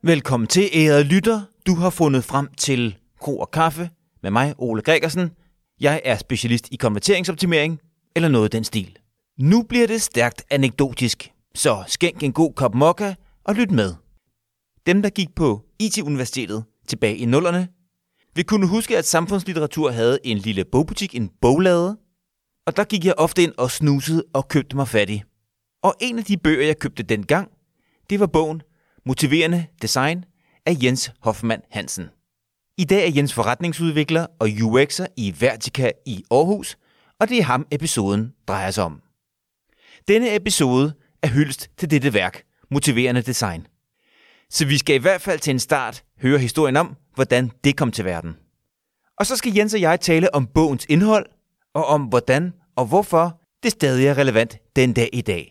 Velkommen til, ærede lytter. Du har fundet frem til Kro og Kaffe med mig, Ole Gregersen. Jeg er specialist i konverteringsoptimering, eller noget den stil. Nu bliver det stærkt anekdotisk, så skænk en god kop mokka og lyt med. Dem, der gik på IT-universitetet tilbage i 00'erne, vil kunne huske, at samfundslitteratur havde en lille bogbutik, en boglade, og der gik jeg ofte ind og snusede og købte mig fat i. Og en af de bøger, jeg købte dengang, det var bogen Motiverende Design af Jens Hoffmann Hansen. I dag er Jens forretningsudvikler og UX'er i Vertica i Aarhus, og det er ham, episoden drejer sig om. Denne episode er hyldest til dette værk, Motiverende Design. Så vi skal i hvert fald til en start høre historien om, hvordan det kom til verden. Og så skal Jens og jeg tale om bogens indhold, og om hvordan og hvorfor det stadig er relevant den dag i dag.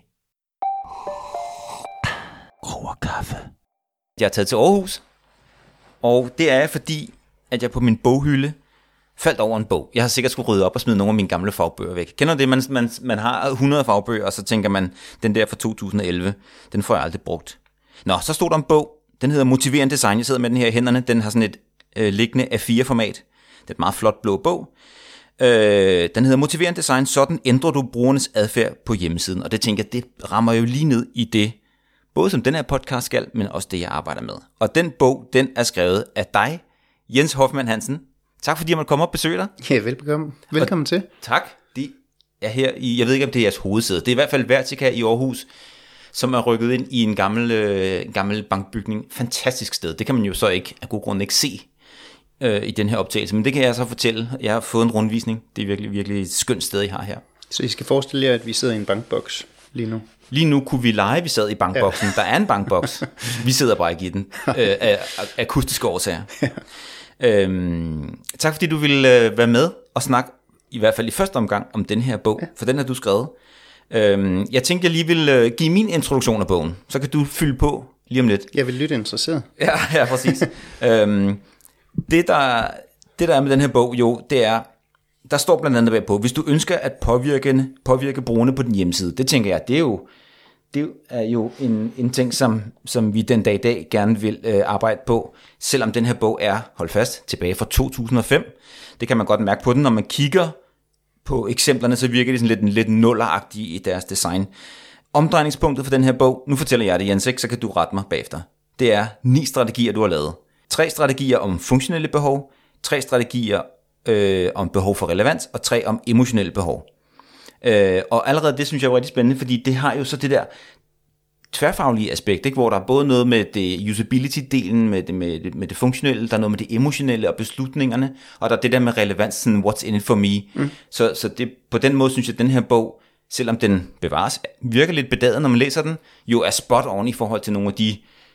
Kro og Kaffe. Jeg er taget til Aarhus, og det er fordi, at jeg på min boghylde faldt over en bog. Jeg har sikkert skulle rydde op og smide nogle af mine gamle fagbøger væk. Kender du det? Man har 100 fagbøger, og så tænker man, den der fra 2011, den får jeg aldrig brugt. Nå, så stod der en bog, den hedder Motiverende Design. Jeg sidder med den her i hænderne. Den har sådan et liggende A4-format. Det er et meget flot blå bog. Den hedder Motiverende Design, sådan ændrer du brugernes adfærd på hjemmesiden. Og det tænker jeg, det rammer jo lige ned i det, både som den her podcast skal, men også det, jeg arbejder med. Og den bog, den er skrevet af dig, Jens Hoffmann Hansen. Tak fordi jeg måtte komme op og besøge dig. Ja, velkommen til. Tak. Det er her i, jeg ved ikke om det er jeres hovedsæde. Det er i hvert fald Vertica i Aarhus, som er rykket ind i en gammel bankbygning. Fantastisk sted. Det kan man jo så ikke af god grund ikke se i den her optagelse, men det kan jeg så fortælle. Jeg har fået en rundvisning. Det er virkelig, virkelig et skønt sted, I har her. Så I skal forestille jer, at vi sidder i en bankboks lige nu. Lige nu kunne vi lege, vi sad i bankboksen. Ja. Der er en bankboks. Vi sidder bare ikke i den. Af akustiske årsager. Ja. Tak fordi du ville være med og snakke, i hvert fald i første omgang, om den her bog. Ja. For den har du skrevet. Jeg tænkte, jeg lige vil give min introduktion af bogen. Så kan du fylde på lige om lidt. Jeg vil lytte interesseret. Ja, præcis. Det der er med den her bog, jo, det er, der står blandt andet bagpå, hvis du ønsker at påvirke brugerne på din hjemmeside, det tænker jeg, det er jo en ting, som vi den dag i dag gerne vil arbejde på, selvom den her bog er, hold fast, tilbage fra 2005. Det kan man godt mærke på den, når man kigger på eksemplerne, så virker det sådan lidt nulleragtigt i deres design. Omdrejningspunktet for den her bog, nu fortæller jeg det, Jens, så kan du rette mig bagefter. Det er 9 strategier, du har lavet. 3 strategier om funktionelle behov, 3 strategier om behov for relevans, og 3 om emotionelle behov. Og allerede det synes jeg er rigtig spændende, fordi det har jo så det der tværfaglige aspekt, ikke? Hvor der er både noget med det usability-delen, med det funktionelle, der er noget med det emotionelle og beslutningerne, og der er det der med relevans, sådan what's in it for me. Så det, på den måde synes jeg, at den her bog, selvom den bevares, virker lidt bedaget, når man læser den, jo er spot on i forhold til nogle af de,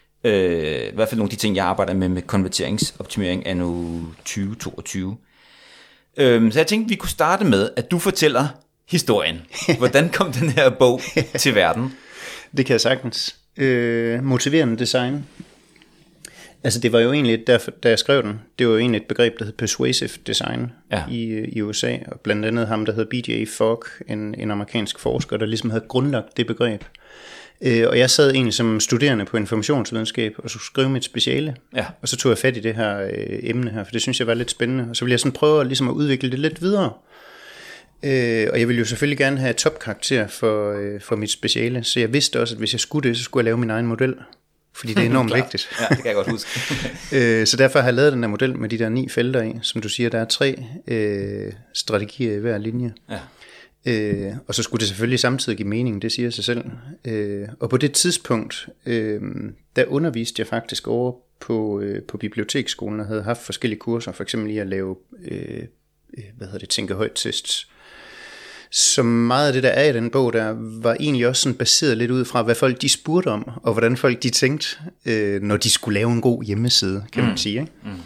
i hvert fald nogle af de ting, jeg arbejder med konverteringsoptimering af nu 2022. Så jeg tænkte, vi kunne starte med, at du fortæller historien. Hvordan kom den her bog til verden? Det kan jeg sagtens. Motiverende design. Altså det var jo egentlig, da jeg skrev den, det var jo egentlig et begreb, der hed persuasive design i USA, og blandt andet ham, der hed B.J. Fogg, en amerikansk forsker, der ligesom havde grundlagt det begreb. Og jeg sad egentlig som studerende på informationsvidenskab og skulle skrive mit speciale, og så tog jeg fat i det her emne her, for det synes jeg var lidt spændende, og så ville jeg sådan prøve ligesom at udvikle det lidt videre. Og jeg ville jo selvfølgelig gerne have topkarakter for mit speciale, så jeg vidste også, at hvis jeg skulle det, så skulle jeg lave min egen model, fordi det er enormt vigtigt. Ja, det kan jeg godt huske. Så derfor har jeg lavet den her model med de der 9 felter i. Som du siger, der er 3 strategier i hver linje. Ja. Og så skulle det selvfølgelig samtidig give mening, det siger sig selv. Og på det tidspunkt, der underviste jeg faktisk over på biblioteksskolen og havde haft forskellige kurser, for eksempel i at lave tænke højt tests. Så meget af det, der er i den bog, der var egentlig også sådan baseret lidt ud fra, hvad folk de spurgte om, og hvordan folk de tænkte, når de skulle lave en god hjemmeside, kan man sige.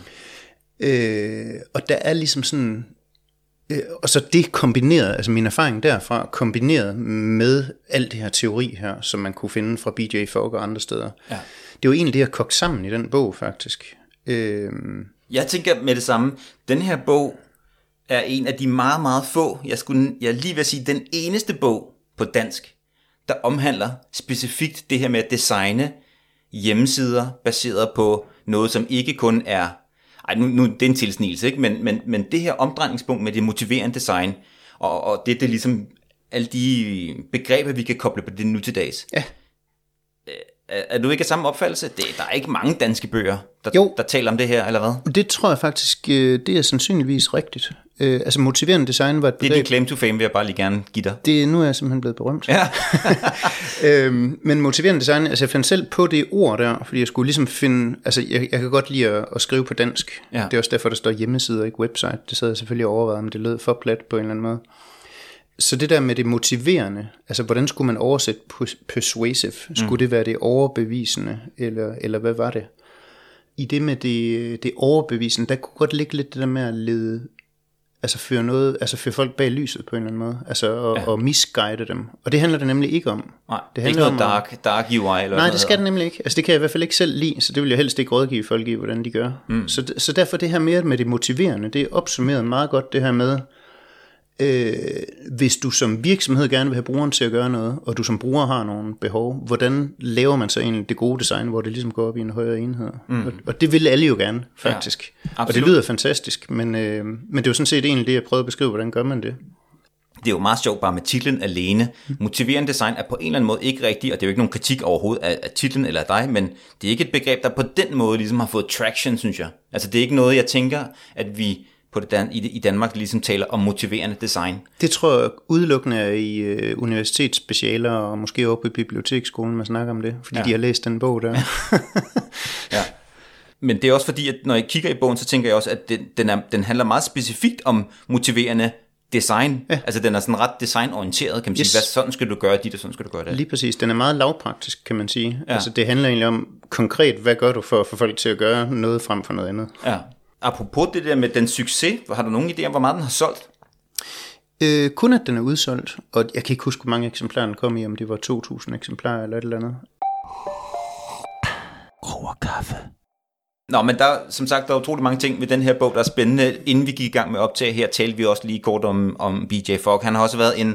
Ikke? Og der er ligesom sådan, og så det kombineret, altså min erfaring derfra, kombineret med alt det her teori her, som man kunne finde fra B.J. Fogg og andre steder. Ja. Det var egentlig det, jeg kogte sammen i den bog, faktisk. Jeg tænker med det samme, den her bog er en af de meget, meget få, jeg lige vil sige, den eneste bog på dansk, der omhandler specifikt det her med at designe hjemmesider baseret på noget, som ikke kun er... nu det er en tilsnigelse, ikke? Men det her omdrejningspunkt med det motiverende design, og det er ligesom alle de begreber, vi kan koble på det nu til dags. Ja. Er du ikke af samme opfattelse? Der er ikke mange danske bøger, der taler om det her, eller hvad? Det tror jeg faktisk, det er sandsynligvis rigtigt. Altså motiverende design var et begreb. Det er dit claim to fame, vil jeg bare lige gerne give dig. Nu er jeg simpelthen blevet berømt. Ja. Men motiverende design, altså jeg fandt selv på det ord der, fordi jeg skulle ligesom finde, altså jeg kan godt lide at skrive på dansk. Ja. Det er også derfor, der står hjemmesider, ikke website. Det sad jeg selvfølgelig overvejet, om det lød for plat på en eller anden måde. Så det der med det motiverende, altså hvordan skulle man oversætte persuasive? Skulle det være det overbevisende, eller hvad var det? I det med det overbevisende, der kunne godt ligge lidt det der med at lede, altså føre folk bag lyset på en eller anden måde, altså og misguide dem. Og det handler det nemlig ikke om. Nej, det handler ikke noget dark UI eller nej, det skal det nemlig ikke. Altså det kan jeg i hvert fald ikke selv lide, så det vil jeg helst ikke rådgive folk i, hvordan de gør. Så derfor det her mere med det motiverende, det er opsummeret meget godt det her med, hvis du som virksomhed gerne vil have brugeren til at gøre noget, og du som bruger har nogle behov, hvordan laver man så egentlig det gode design, hvor det ligesom går op i en højere enhed? Og det vil alle jo gerne, faktisk. Ja, og det lyder fantastisk, men det er jo sådan set egentlig det, jeg prøvede at beskrive, hvordan gør man det? Det er jo meget sjovt bare med titlen alene. Motiverende design er på en eller anden måde ikke rigtigt, og det er jo ikke nogen kritik overhovedet af titlen eller af dig, men det er ikke et begreb, der på den måde ligesom har fået traction, synes jeg. Altså det er ikke noget, jeg tænker, at vi i Danmark ligesom taler om motiverende design. Det tror jeg udelukkende er i universitetsspecialer, og måske også på biblioteksskolen, man snakker om det, fordi de har læst den bog der. Ja. Men det er også fordi, at når jeg kigger i bogen, så tænker jeg også, at den handler meget specifikt om motiverende design. Ja. Altså den er sådan ret designorienteret, kan man sige. Hvad, sådan skal du gøre dit, og sådan skal du gøre det. Lige præcis. Den er meget lavpraktisk, kan man sige. Ja. Altså det handler egentlig om konkret, hvad gør du for at få folk til at gøre noget frem for noget andet. Ja. Apropos det der med den succes, har du nogen idé om, hvor meget den har solgt? Kun at den er udsolgt, og jeg kan ikke huske, hvor mange eksemplarer den kom i, om det var 2.000 eksemplarer eller et eller andet. Grov kaffe. Nå, men som sagt, der er utrolig mange ting ved den her bog, der er spændende. Inden vi gik i gang med optag her, talte vi også lige kort om BJ Fogg. Han har også været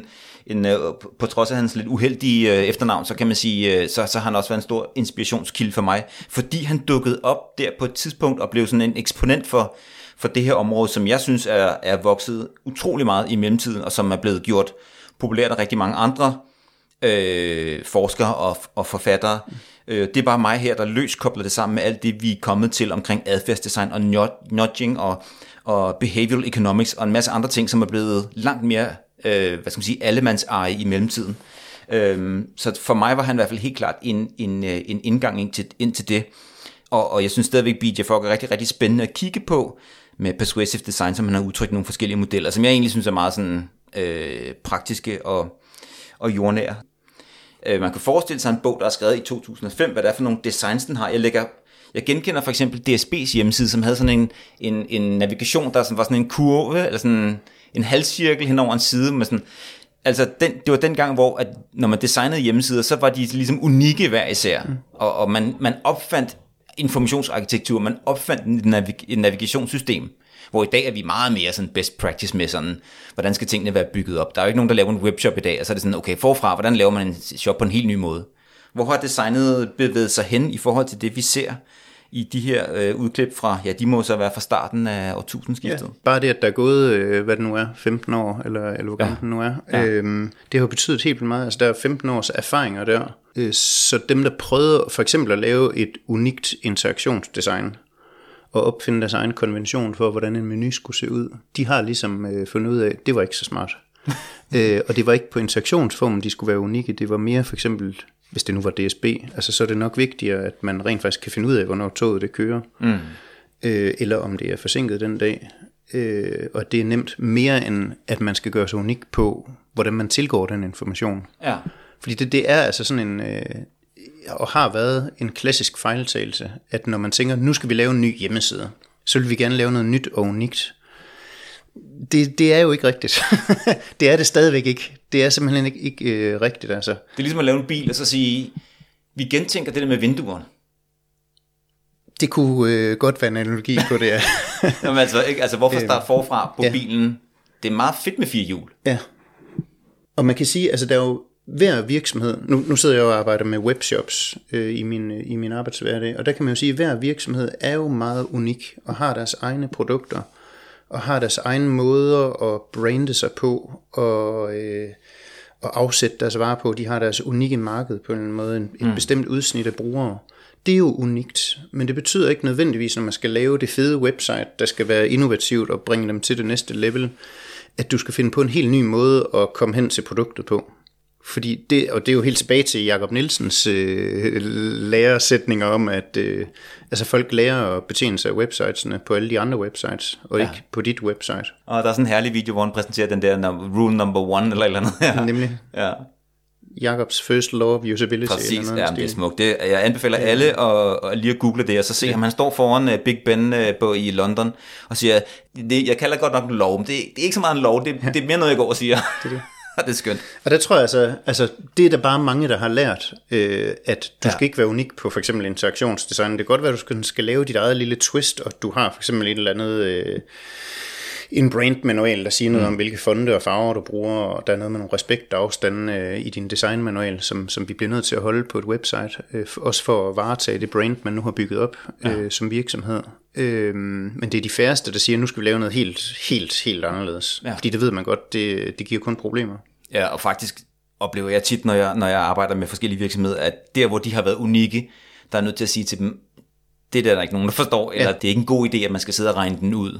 på trods af hans lidt uheldige efternavn, så kan man sige, så har han også været en stor inspirationskilde for mig, fordi han dukkede op der på et tidspunkt og blev sådan en eksponent for det her område, som jeg synes er vokset utrolig meget i mellemtiden, og som er blevet gjort populært af rigtig mange andre forskere og forfattere. Det er bare mig her, der løst kobler det sammen med alt det, vi er kommet til omkring adfærdsdesign og nudging og behavioral economics og en masse andre ting, som er blevet langt mere allemands eje i mellemtiden. Så for mig var han i hvert fald helt klart en indgang ind til det. Og jeg synes stadigvæk, BJ Fogg er rigtig, rigtig spændende at kigge på med persuasive design, som han har udtrykt nogle forskellige modeller, som jeg egentlig synes er meget sådan praktiske og jordnære. Man kan forestille sig en bog, der er skrevet i 2005, hvad det er for nogle designs, den har. Jeg genkender for eksempel DSB's hjemmeside, som havde sådan en navigation, der var sådan en kurve, eller sådan en halvcirkel hen over en side, med sådan, altså det var den gang, hvor at når man designede hjemmesider, så var de ligesom unikke hver især, og man opfandt informationsarkitektur, man opfandt et navigationssystem, hvor i dag er vi meget mere sådan best practice med sådan, hvordan skal tingene være bygget op. Der er jo ikke nogen, der laver en webshop i dag, og så er det sådan, okay, forfra, hvordan laver man en shop på en helt ny måde? Hvor har designet bevæget sig hen i forhold til det, vi ser i de her udklip fra, de må så være fra starten af årtusindskiftet? Ja, bare det, at der er gået, hvad det nu er, 15 år, eller hvor gammel den nu er, det har jo betydet helt vildt meget. Altså, der er 15 års erfaringer der. Så dem, der prøvede for eksempel at lave et unikt interaktionsdesign, og opfinde deres egen konvention for, hvordan en menu skulle se ud, de har ligesom fundet ud af, at det var ikke så smart. Og det var ikke på interaktionsformen, de skulle være unikke, det var mere for eksempel, hvis det nu var DSB, altså så er det nok vigtigere, at man rent faktisk kan finde ud af, hvornår toget det kører, eller om det er forsinket den dag, og det er nemt mere end, at man skal gøre sig unik på, hvordan man tilgår den information. Ja. Fordi det er altså sådan en, og har været en klassisk fejltagelse, at når man tænker, nu skal vi lave en ny hjemmeside, så vil vi gerne lave noget nyt og unikt. Det er jo ikke rigtigt. Det er det stadigvæk ikke. Det er simpelthen ikke rigtigt. Altså. Det er ligesom at lave en bil og så sige, vi gentænker det der med vinduerne. Det kunne godt være en analogi på det, ja. Jamen altså hvorfor starte forfra på bilen? Det er meget fedt med 4 hjul. Ja. Og man kan sige, altså der er jo hver virksomhed, nu sidder jeg og arbejder med webshops i min arbejdshverdag, og der kan man jo sige, at hver virksomhed er jo meget unik, og har deres egne produkter, og har deres egne måder at brande sig på, og afsætte deres varer på. De har deres unikke marked på en måde, et bestemt udsnit af brugere. Det er jo unikt, men det betyder ikke nødvendigvis, når man skal lave det fede website, der skal være innovativt og bringe dem til det næste level, at du skal finde på en helt ny måde at komme hen til produktet på. Fordi det er jo helt tilbage til Jakob Nielsens læresætninger om, at folk lærer at betjene sig af websitesene på alle de andre websites, og ikke på dit website. Og der er sådan en herlig video, hvor han præsenterer den der rule number 1, eller andet. Ja. Nemlig. Ja. Jakobs first law of usability. Præcis, ja, det er smukt. Jeg anbefaler alle at lige at google det, og så se ham. Han står foran Big Ben i London, og siger, jeg kalder godt nok en lov, men det er ikke så meget en lov, det er mere noget, jeg går og siger. Det. Det er skønt. Og der tror jeg altså det er der bare mange, der har lært, at du skal ikke være unik på for eksempel interaktionsdesign. Det kan godt være, at du skal lave dit eget lille twist, og du har for eksempel et eller andet en brandmanual, der siger noget om, hvilke fonte og farver du bruger, og der er noget med nogle respektafstande i din designmanual, som vi bliver nødt til at holde på et website, også for at varetage det brand, man nu har bygget op som virksomhed. Men det er de færreste, der siger, at nu skal vi lave noget helt anderledes. Ja. Fordi det ved man godt, det giver kun problemer. Ja, og faktisk oplever jeg tit, når jeg arbejder med forskellige virksomheder, at der, hvor de har været unikke, der er nødt til at sige til dem, det der er der ikke nogen, der forstår, eller det er ikke en god idé, at man skal sidde og regne den ud.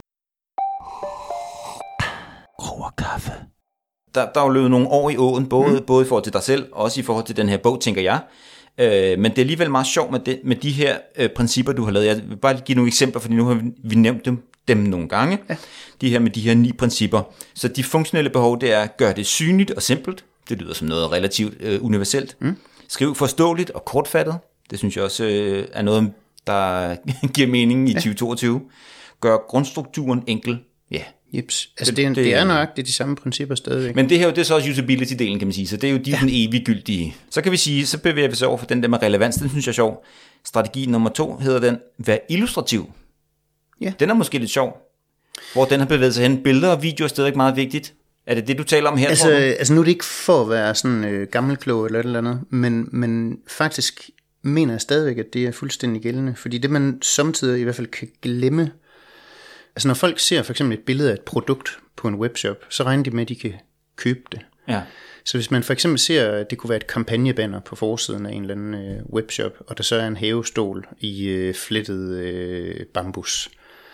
Grov kaffe. Der er jo løbet nogle år i åen, både i forhold til dig selv, og også i forhold til den her bog, tænker jeg. Men det er alligevel meget sjovt med de her principper, du har lavet. Jeg vil bare give nogle eksempler, fordi nu har vi nævnt dem nogle gange. Ja. De her 9 principper. Så de funktionelle behov, det er at gøre det synligt og simpelt. Det lyder som noget relativt universelt. Skriv forståeligt og kortfattet. Det synes jeg også er noget, der giver mening i 2022. Gør grundstrukturen enkel. Ja. Jeps. Altså det er nøjagtigt de samme principper stadigvæk. Men det her det er så også usability-delen, kan man sige. Så det er jo de den eviggyldige. Så kan vi sige, så bevæger vi os over for den der med relevans. Den synes jeg er sjov. Strategi nummer 2 hedder den, vær illustrativ. Ja. Den er måske lidt sjov. Hvor den har bevæget sig hen. Billeder og videoer er stadig meget vigtigt. Er det du taler om her? Altså nu er det ikke for at være sådan gammelklog eller et eller andet, men faktisk mener jeg stadigvæk, at det er fuldstændig gældende. Fordi det man samtidig i hvert fald kan glemme, altså når folk ser for eksempel et billede af et produkt på en webshop, så regner de med, at de kan købe det. Ja. Så hvis man for eksempel ser, at det kunne være et kampagnebanner på forsiden af en eller anden webshop, og der så er en havestol i flettet bambus,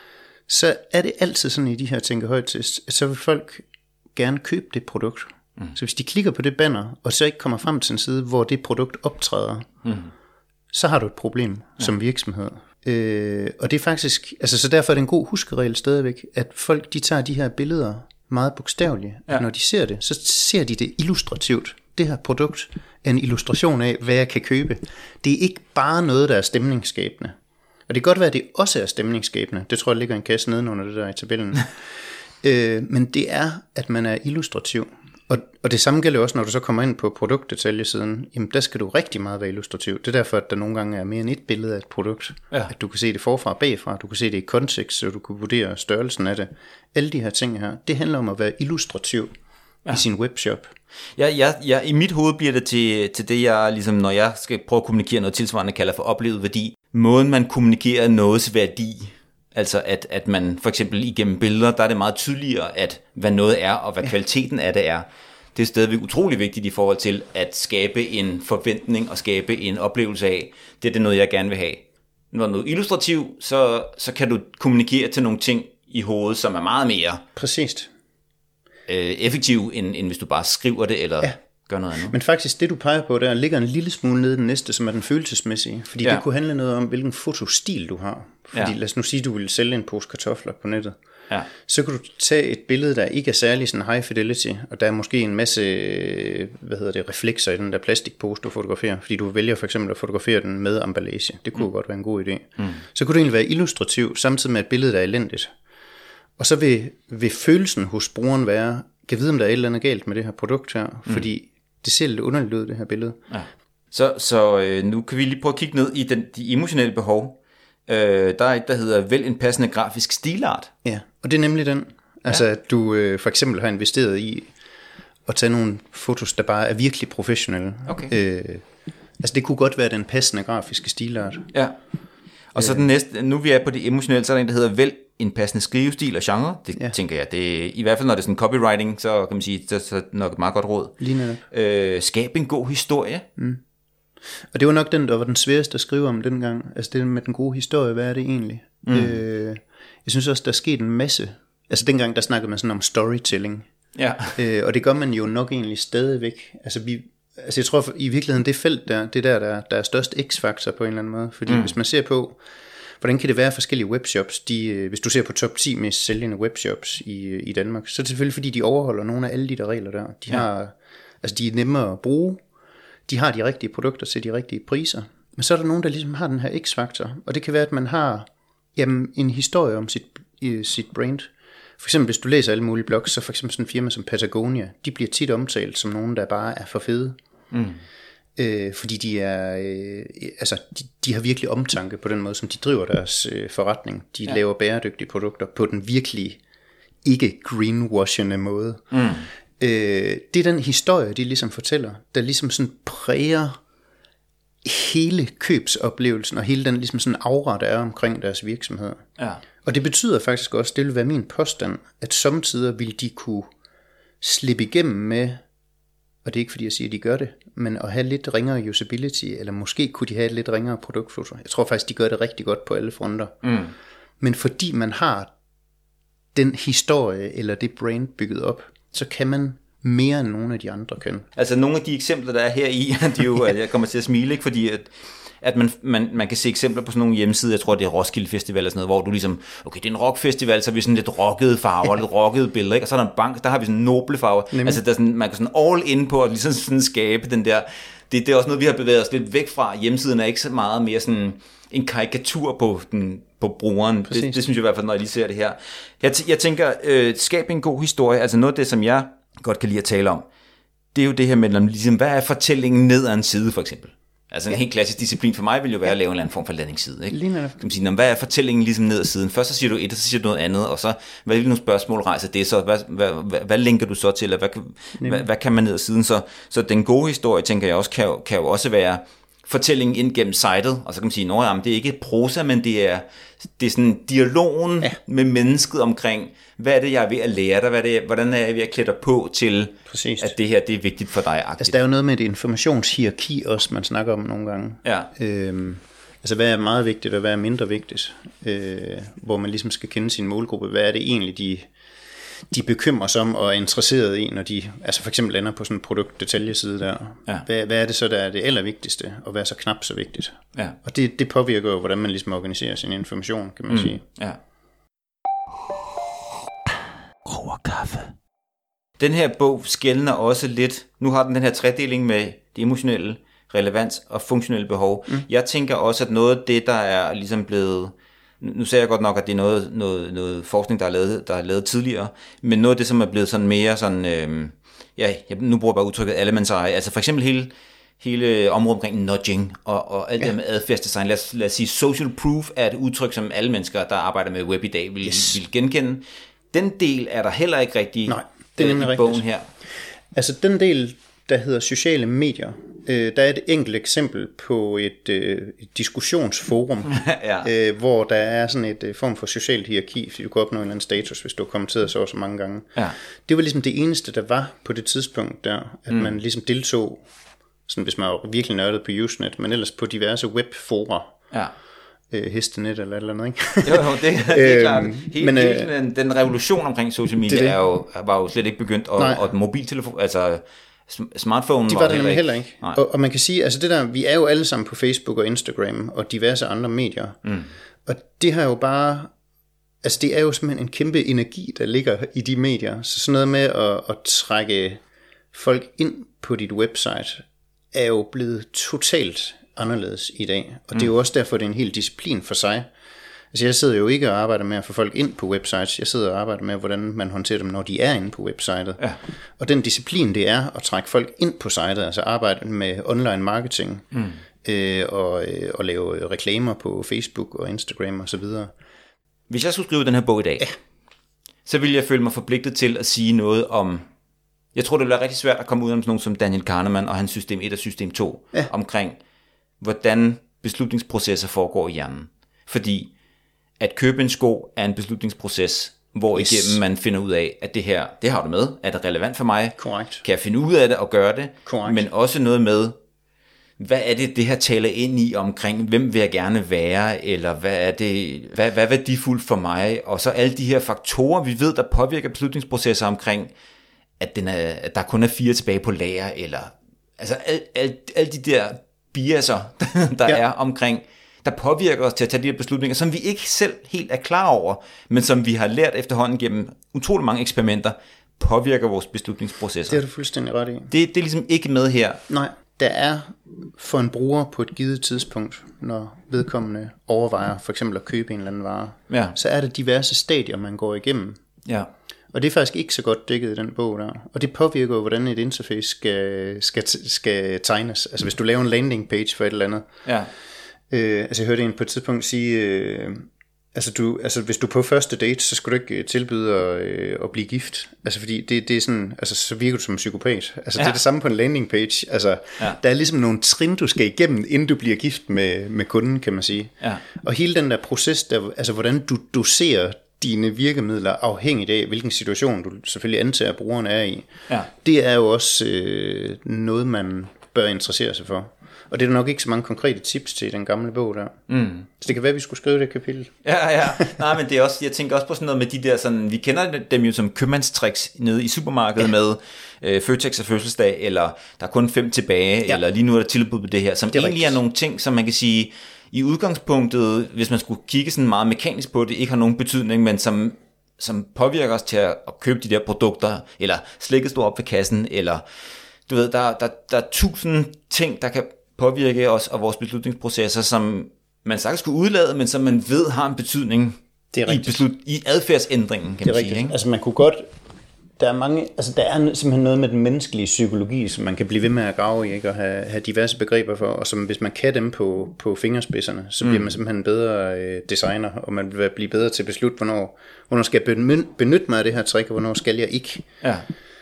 så er det altid sådan i de her tænker højt til, så vil folk gerne købe det produkt. Så hvis de klikker på det banner, og så ikke kommer frem til en side, hvor det produkt optræder, så har du et problem som virksomhed. Og det er faktisk, altså så derfor er det en god huskeregel stadigvæk, at folk de tager de her billeder meget bogstaveligt. At når de ser det, så ser de det illustrativt. Det her produkt er en illustration af, hvad jeg kan købe. Det er ikke bare noget, der er stemningsskabende. Og det kan godt være, at det også er stemningsskabende. Det tror jeg ligger en kasse nedenunder det der i tabellen. Men det er, at man er illustrativ. Og det samme gælder også, når du så kommer ind på produktdetaljesiden. Jamen, der skal du rigtig meget være illustrativ. Det er derfor, at der nogle gange er mere end et billede af et produkt. Ja. At du kan se det forfra og bagfra. Du kan se det i kontekst, så du kan vurdere størrelsen af det. Alle de her ting her, det handler om at være illustrativ i sin webshop. Ja, i mit hoved bliver det til det, jeg ligesom, når jeg skal prøve at kommunikere noget tilsvarende, kalder for oplevet værdi. Måden man kommunikerer nogens værdi. Altså at man for eksempel igennem billeder, der er det meget tydeligere, hvad noget er, og hvad kvaliteten af det er. Det er stadigvæk utrolig vigtigt i forhold til at skabe en forventning og skabe en oplevelse af, det er noget, jeg gerne vil have. Når noget illustrativ, så kan du kommunikere til nogle ting i hovedet, som er meget mere præcist effektiv, end hvis du bare skriver det, eller gør noget andet. Men faktisk, det du peger på, der ligger en lille smule nede i den næste, som er den følelsesmæssige. Fordi det kunne handle noget om, hvilken fotostil du har. Fordi lad os nu sige, at du vil sælge en pose kartofler på nettet. Ja. Så kan du tage et billede, der ikke er særlig sådan high fidelity, og der er måske en masse, reflekser i den der plastikpose, du fotograferer. Fordi du vælger for eksempel at fotografere den med emballage. Det kunne godt være en god idé. Så kunne det egentlig være illustrativ, samtidig med et billede, der er elendigt. Og så vil følelsen hos brugeren være, kan vide, om der er et eller andet galt med det her produkt her, fordi det ser lidt underligt ud, det her billede. Ja. Så nu kan vi lige prøve at kigge ned i de emotionelle behov. Der er et, der hedder vælg en passende grafisk stilart. Ja, og det er nemlig den. Altså, at du for eksempel har investeret i at tage nogle fotos, der bare er virkelig professionelle. Okay. Altså det kunne godt være den passende grafiske stilart. Ja. Og så den næste, nu vi er på det emotionelle, så er der en, der hedder vælg en passende skrivestil og genre. Det tænker jeg, det i hvert fald når det er sådan copywriting, så kan man sige, så er det nok et meget godt råd. Lige skab en god historie. Og det var nok den, der var den sværeste at skrive om dengang. Altså det med den gode historie, hvad er det egentlig? Jeg synes også, der er sket en masse. Altså dengang, der snakkede man sådan om storytelling. Ja. Og det gør man jo nok egentlig stadigvæk. Altså jeg tror i virkeligheden, det felt der, det der er størst x-faktor på en eller anden måde. Fordi hvis man ser på, hvordan kan det være forskellige webshops, hvis du ser på top 10 mest sælgende webshops i Danmark, så er det selvfølgelig fordi, de overholder nogle af alle de der regler der. De er nemme at bruge, de har de rigtige produkter til de rigtige priser. Men så er der nogen, der ligesom har den her x-faktor, og det kan være, at man har en historie om sit brand. For eksempel hvis du læser alle mulige blogs, så for eksempel sådan en firma som Patagonia, de bliver tit omtalt som nogen, der bare er for fede. Fordi de er de har virkelig omtanke på den måde, som de driver deres forretning. De laver bæredygtige produkter på den virkelig ikke greenwashende måde. Det er den historie, de ligesom fortæller, der ligesom sådan præger hele købsoplevelsen og hele den ligesom sådan aura, der er omkring deres virksomhed. Ja. Og det betyder faktisk også, det vil være min påstand, at samtidig vil de kunne slippe igennem med, og det er ikke fordi jeg siger, at de gør det, men at have lidt ringere usability, eller måske kunne de have et lidt ringere produktfoto. Jeg tror faktisk, de gør det rigtig godt på alle fronter. Men fordi man har den historie, eller det brand bygget op, så kan man mere end nogle af de andre kan. Altså nogle af de eksempler, der er her i, de er jo, jeg kommer til at smile, ikke? Fordi at man kan se eksempler på sådan nogle hjemmesider, jeg tror det er Roskilde Festival eller sådan noget, hvor du ligesom, okay, det er en rockfestival, så er vi sådan lidt rockede farver, lidt rockede billeder, ikke? Og så er der en bank, der har vi sådan noble farver. Nemlig. Altså der er sådan, man kan sådan all in på at ligesom sådan skabe den der, det er også noget, vi har bevæget os lidt væk fra. Hjemmesiden er ikke så meget mere sådan en karikatur på brugeren. Det synes jeg i hvert fald, når jeg lige ser det her. Jeg tænker, skab en god historie, altså noget af det, som jeg godt kan lide at tale om, det er jo det her med, ligesom, hvad er fortællingen ned ad en side, for eksempel? Altså en helt klassisk disciplin for mig vil jo være at lave en eller anden form for landingsside. Ikke? Kan man sige, hvad er fortællingen ligesom ned ad siden? Først så siger du et, og så siger du noget andet, og så hvad nogle spørgsmål rejser det så? Hvad linker du så til, eller hvad kan man ned ad siden? Så den gode historie, tænker jeg også, kan jo også være fortællingen ind gennem sitet, og så kan man sige, det er ikke prosa, men det er sådan dialogen med mennesket omkring, hvad er det, jeg er ved at lære dig, hvordan er jeg ved at klæde dig på til, at det her, det er vigtigt for dig. Altså der er jo noget med et informationshierarki også, man snakker om nogle gange. Ja. Altså hvad er meget vigtigt, og hvad er mindre vigtigt, hvor man ligesom skal kende sin målgruppe, hvad er det egentlig, de bekymrer sig om og er interesseret i, når de altså for eksempel lander på sådan en produktdetaljeside der. Ja. Hvad er det så, der er det allervigtigste, og hvad er så knap så vigtigt? Ja. Og det påvirker jo, hvordan man ligesom organiserer sin information, kan man sige. Ja. Kaffe. Den her bog skelner også lidt, nu har den her tredeling med det emotionelle, relevans og funktionelle behov. Jeg tænker også, at noget af det, der er ligesom blevet, nu sagde jeg godt nok, at det er noget forskning, der er lavet tidligere, men noget af det, som er blevet sådan mere sådan, nu bruger jeg bare udtrykket allemandseje, altså for eksempel hele området omkring nudging og alt det med adfærdsdesign. Lad os sige, social proof er et udtryk, som alle mennesker, der arbejder med web i dag, vil genkende. Den del er der heller ikke rigtig i bogen her. Altså den del, der hedder sociale medier, der er et enkelt eksempel på et diskussionsforum, hvor der er sådan et form for socialt hierarki, fordi du kan opnå en eller anden status, hvis du har kommenteret så mange gange. Ja. Det var ligesom det eneste, der var på det tidspunkt der, at man ligesom deltog, sådan hvis man var virkelig nørdet på Usenet, men ellers på diverse webfora. Ja. Hestenet eller et eller andet, ikke? Jo, det er klart. Hele den revolution omkring social media var jo slet ikke begyndt, og mobiltelefon, altså smartphone var det heller ikke. Og man kan sige, altså det der, vi er jo alle sammen på Facebook og Instagram og diverse andre medier, og det har jo bare, altså det er jo simpelthen en kæmpe energi, der ligger i de medier, så sådan noget med at trække folk ind på dit website, er jo blevet totalt anderledes i dag, og det er jo også derfor, det er en hel disciplin for sig. Altså jeg sidder jo ikke og arbejder med at få folk ind på websites, jeg sidder og arbejder med, hvordan man håndterer dem, når de er inde på websitet. Ja. Og den disciplin, det er at trække folk ind på sitet, altså arbejde med online marketing, og lave reklamer på Facebook og Instagram og så videre. Hvis jeg skulle skrive den her bog i dag, så ville jeg føle mig forpligtet til at sige noget om Jeg tror, det bliver rigtig svært at komme ud om sådan nogen som Daniel Kahneman og hans system 1 og system 2, omkring, hvordan beslutningsprocesser foregår i hjernen. Fordi at købe en sko er en beslutningsproces, hvor igennem man finder ud af, at det her, det har du med, er det relevant for mig? Korrekt. Kan jeg finde ud af det og gøre det? Korrekt. Men også noget med, hvad er det her taler ind i omkring, hvem vil jeg gerne være, eller hvad er værdifuldt for mig? Og så alle de her faktorer, vi ved, der påvirker beslutningsprocesser omkring, at der kun er 4 tilbage på lager, eller altså alle de der biaser, der er omkring, der påvirker os til at tage de her beslutninger, som vi ikke selv helt er klar over, men som vi har lært efterhånden gennem utrolig mange eksperimenter, påvirker vores beslutningsprocesser. Det er du fuldstændig ret i. Det er ligesom ikke med her. Nej, der er for en bruger på et givet tidspunkt, når vedkommende overvejer for eksempel at købe en eller anden vare, så er der diverse stadier, man går igennem. Ja. Og det er faktisk ikke så godt dækket i den bog der. Og det påvirker jo, hvordan et interface skal tegnes. Altså hvis du laver en landing page for et eller andet. Ja. Altså jeg hørte en på et tidspunkt sige, hvis du er på første date, så skal du ikke tilbyde at blive gift. Altså fordi det er sådan, altså så virker du som en psykopat. Altså det er det samme på en landing page. Altså der er ligesom nogle trin, du skal igennem, inden du bliver gift med kunden, kan man sige. Ja. Og hele den der proces, altså hvordan du doserer dine virkemidler afhængigt af, hvilken situation du selvfølgelig antager, at brugeren er i. Ja. Det er jo også noget, man bør interessere sig for. Og det er der nok ikke så mange konkrete tips til i den gamle bog der. Så det kan være, at vi skulle skrive det kapitel. Ja. Nej, men det er også, jeg tænker også på sådan noget med de der, sådan, vi kender dem jo som købmandstricks nede i supermarkedet med Føtex og fødselsdag, eller der er kun 5 tilbage, eller lige nu er der tilbud på det her, som det egentlig rigtigt. Er nogle ting, som man kan sige, i udgangspunktet, hvis man skulle kigge sådan meget mekanisk på det, ikke har nogen betydning, men som påvirker os til at købe de der produkter, eller slikket stå op ved kassen, eller du ved, der er 1000 ting, der kan påvirke os og vores beslutningsprocesser, som man sagtens skulle udlade, men som man ved har en betydning i adfærdsændringen, kan man sige. Ikke? Altså man kunne godt, der er simpelthen noget med den menneskelige psykologi, som man kan blive ved med at grave i, ikke? Og have diverse begreber for, og som hvis man kan dem på fingerspidserne, så bliver man simpelthen en bedre designer, og man vil blive bedre til at beslutte, hvornår skal jeg benytte mig af det her trick, og hvornår skal jeg ikke. Ja.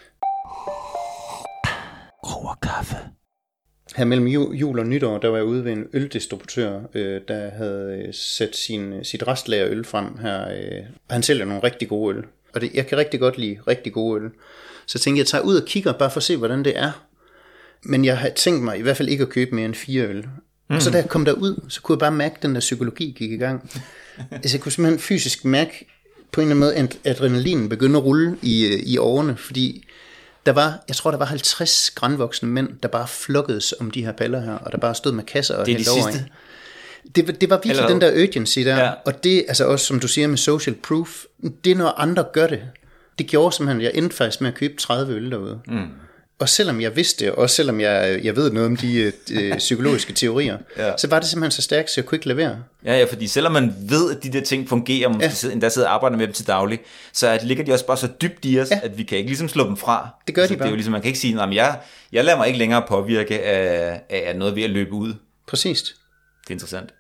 Grov kaffe. Her mellem jul og nytår, der var jeg ude ved en øldistributør, der havde sat sit restlager øl frem her, og han sælger nogle rigtig gode øl. Og jeg kan rigtig godt lide rigtig gode øl. Så jeg tænkte, jeg tager ud og kigger, bare for at se, hvordan det er. Men jeg har tænkt mig i hvert fald ikke at købe mere end 4 øl. Og så da jeg kom derud, så kunne jeg bare mærke, at den der psykologi gik i gang. Altså jeg kunne simpelthen fysisk mærke på en eller anden måde, at adrenalinen begyndte at rulle i årene, fordi jeg tror der var 50 grandvoksne mænd, der bare flokkedes om de her paller her, og der bare stod med kasser og hældte over. Det var virkelig den der urgency der, og det, altså også som du siger med social proof, det er når andre gør det. Det gjorde simpelthen, jeg endte faktisk med at købe 30 øl derude. Og selvom jeg vidste det, og selvom jeg ved noget om de psykologiske teorier, så var det simpelthen så stærkt, så jeg kunne ikke lade være. Ja, fordi selvom man ved, at de der ting fungerer, og måske endda sidder og arbejder med dem til daglig, så ligger de også bare så dybt i os, at vi kan ikke ligesom slå dem fra. Det gør de bare. Det er jo ligesom, man kan ikke sige, jeg lader mig ikke længere påvirke af noget ved at løbe ud. Præcis. Det er interessant.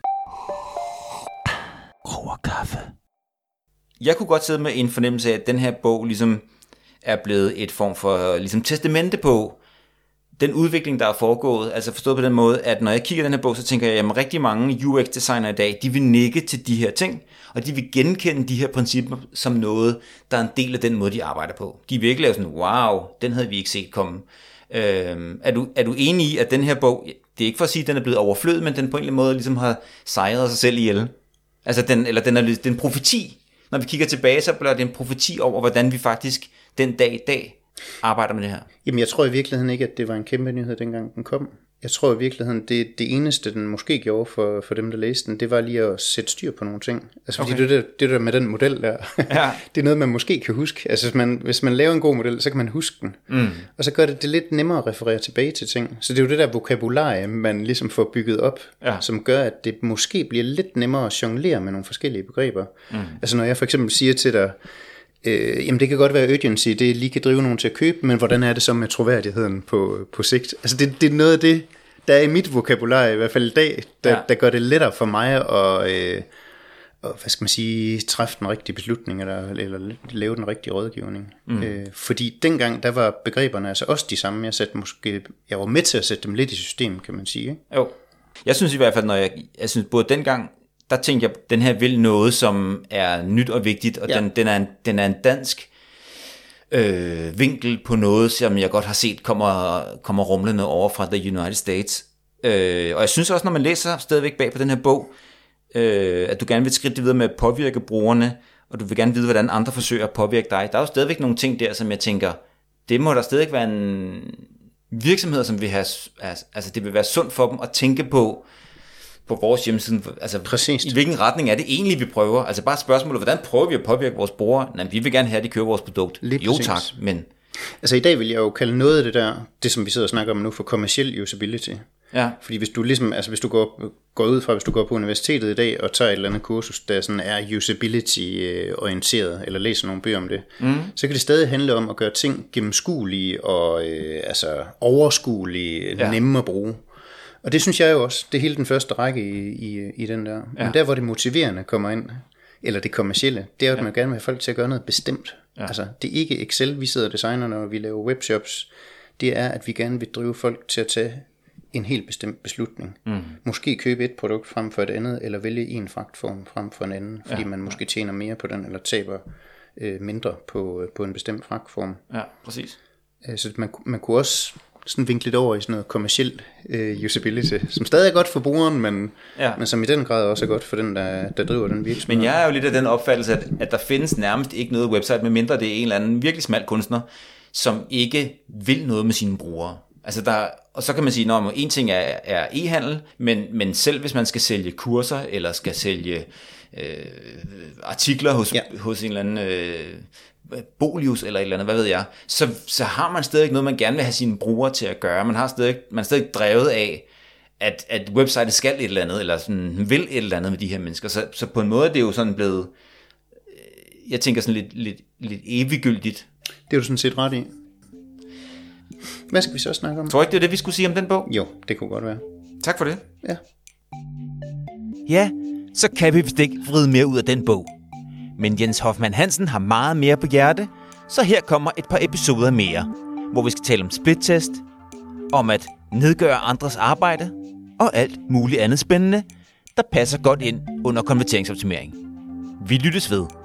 Grov kaffe. Jeg kunne godt sidde med en fornemmelse af, at den her bog ligesom er blevet et form for ligesom testamente på den udvikling, der er foregået. Altså forstået på den måde, at når jeg kigger den her bog, så tænker jeg, at rigtig mange UX-designer i dag, de vil nikke til de her ting, og de vil genkende de her principper som noget, der er en del af den måde, de arbejder på. De vil ikke lave sådan, wow, den havde vi ikke set komme. Er du enig i, at den her bog, det er ikke for at sige, at den er blevet overflødet, men den på en eller anden måde ligesom har sejret sig selv ihjel? Altså den er en profeti. Når vi kigger tilbage, så bliver det en profeti over, hvordan vi faktisk den dag i dag arbejder med det her. Jamen jeg tror i virkeligheden ikke, at det var en kæmpe nyhed, dengang den kom. Jeg tror i virkeligheden, det eneste, den måske gjorde for dem, der læste den, det var lige at sætte styr på nogle ting. Altså fordi det der med den model der, det er noget, man måske kan huske. Altså hvis man laver en god model, så kan man huske den. Og så gør det lidt nemmere at referere tilbage til ting. Så det er jo det der vokabularie, man ligesom får bygget op, som gør, at det måske bliver lidt nemmere at jonglere med nogle forskellige begreber. Altså når jeg for eksempel siger til dig, jamen det kan godt være urgency, det lige kan drive nogen til at købe, men hvordan er det så med troværdigheden på sigt? Altså det er noget af det, der er i mit vokabulær i hvert fald i dag, der gør det lettere for mig hvad skal man sige, træffe den rigtige beslutning, eller lave den rigtige rådgivning. Fordi dengang, der var begreberne altså også de samme. Jeg var med til at sætte dem lidt i system, kan man sige. Ikke? Jo. Jeg synes i hvert fald, jeg synes både dengang, der tænkte jeg, den her vil noget, som er nyt og vigtigt, og den er en dansk vinkel på noget, som jeg godt har set kommer rumlende over fra The United States. Og jeg synes også, når man læser stadigvæk bag på den her bog, at du gerne vil skridt videre med at påvirke brugerne, og du vil gerne vide, hvordan andre forsøger at påvirke dig. Der er jo stadigvæk nogle ting der, som jeg tænker, det må der stadigvæk være en virksomhed, som vil have, altså det vil være sundt for dem at tænke på vores hjemmeside, altså præcis. I hvilken retning er det egentlig, vi prøver? Altså bare spørgsmålet, hvordan prøver vi at påvirke vores brugere? Nej, vi vil gerne have, at de køber vores produkt. Lige jo præcis. tak, men... Altså i dag vil jeg jo kalde noget af det som vi sidder og snakker om nu, for kommerciel usability. Ja. Fordi hvis du ligesom, altså hvis du går ud fra, hvis du går på universitetet i dag og tager et eller andet kursus, der sådan er usability-orienteret, eller læser nogle bøger om det, så kan det stadig handle om at gøre ting gennemskuelige og altså overskuelige, nemme at bruge. Og det synes jeg jo også, det er hele den første række i den der. Ja. Men der, hvor det motiverende kommer ind, eller det kommercielle, det er, at man gerne vil have folk til at gøre noget bestemt. Ja. Altså, det er ikke Excel, vi sidder og designer, når vi laver webshops. Det er, at vi gerne vil drive folk til at tage en helt bestemt beslutning. Måske købe et produkt frem for et andet, eller vælge en fragtform frem for en anden, fordi man måske tjener mere på den, eller taber mindre på en bestemt fragtform. Ja, præcis. Så man kunne også sådan vinkle lidt over i sådan noget kommerciel usability, som stadig er godt for brugeren, men som i den grad også er godt for den, der driver den virksomhed. Men jeg er jo lidt af den opfattelse, at der findes nærmest ikke noget website, medmindre det er en eller anden virkelig smal kunstner, som ikke vil noget med sine brugere. Altså og så kan man sige, at en ting er e-handel, men selv hvis man skal sælge kurser, eller skal sælge artikler hos en eller anden Bolius eller et eller andet, hvad ved jeg, så har man stadig noget, man gerne vil have sine brugere til at gøre. Man er stadig drevet af, at websitet skal et eller andet, eller sådan, vil et eller andet med de her mennesker. Så på en måde det er jo sådan blevet, jeg tænker sådan lidt eviggyldigt. Det er du sådan set ret i. Hvad skal vi så snakke om? Tror ikke, det er det, vi skulle sige om den bog? Jo, det kunne godt være. Tak for det. Ja. Ja, så kan vi vist ikke vride mere ud af den bog. Men Jens Hoffmann Hansen har meget mere på hjerte, så her kommer et par episoder mere, hvor vi skal tale om splittest, om at nedgøre andres arbejde, og alt muligt andet spændende, der passer godt ind under konverteringsoptimering. Vi lyttes ved.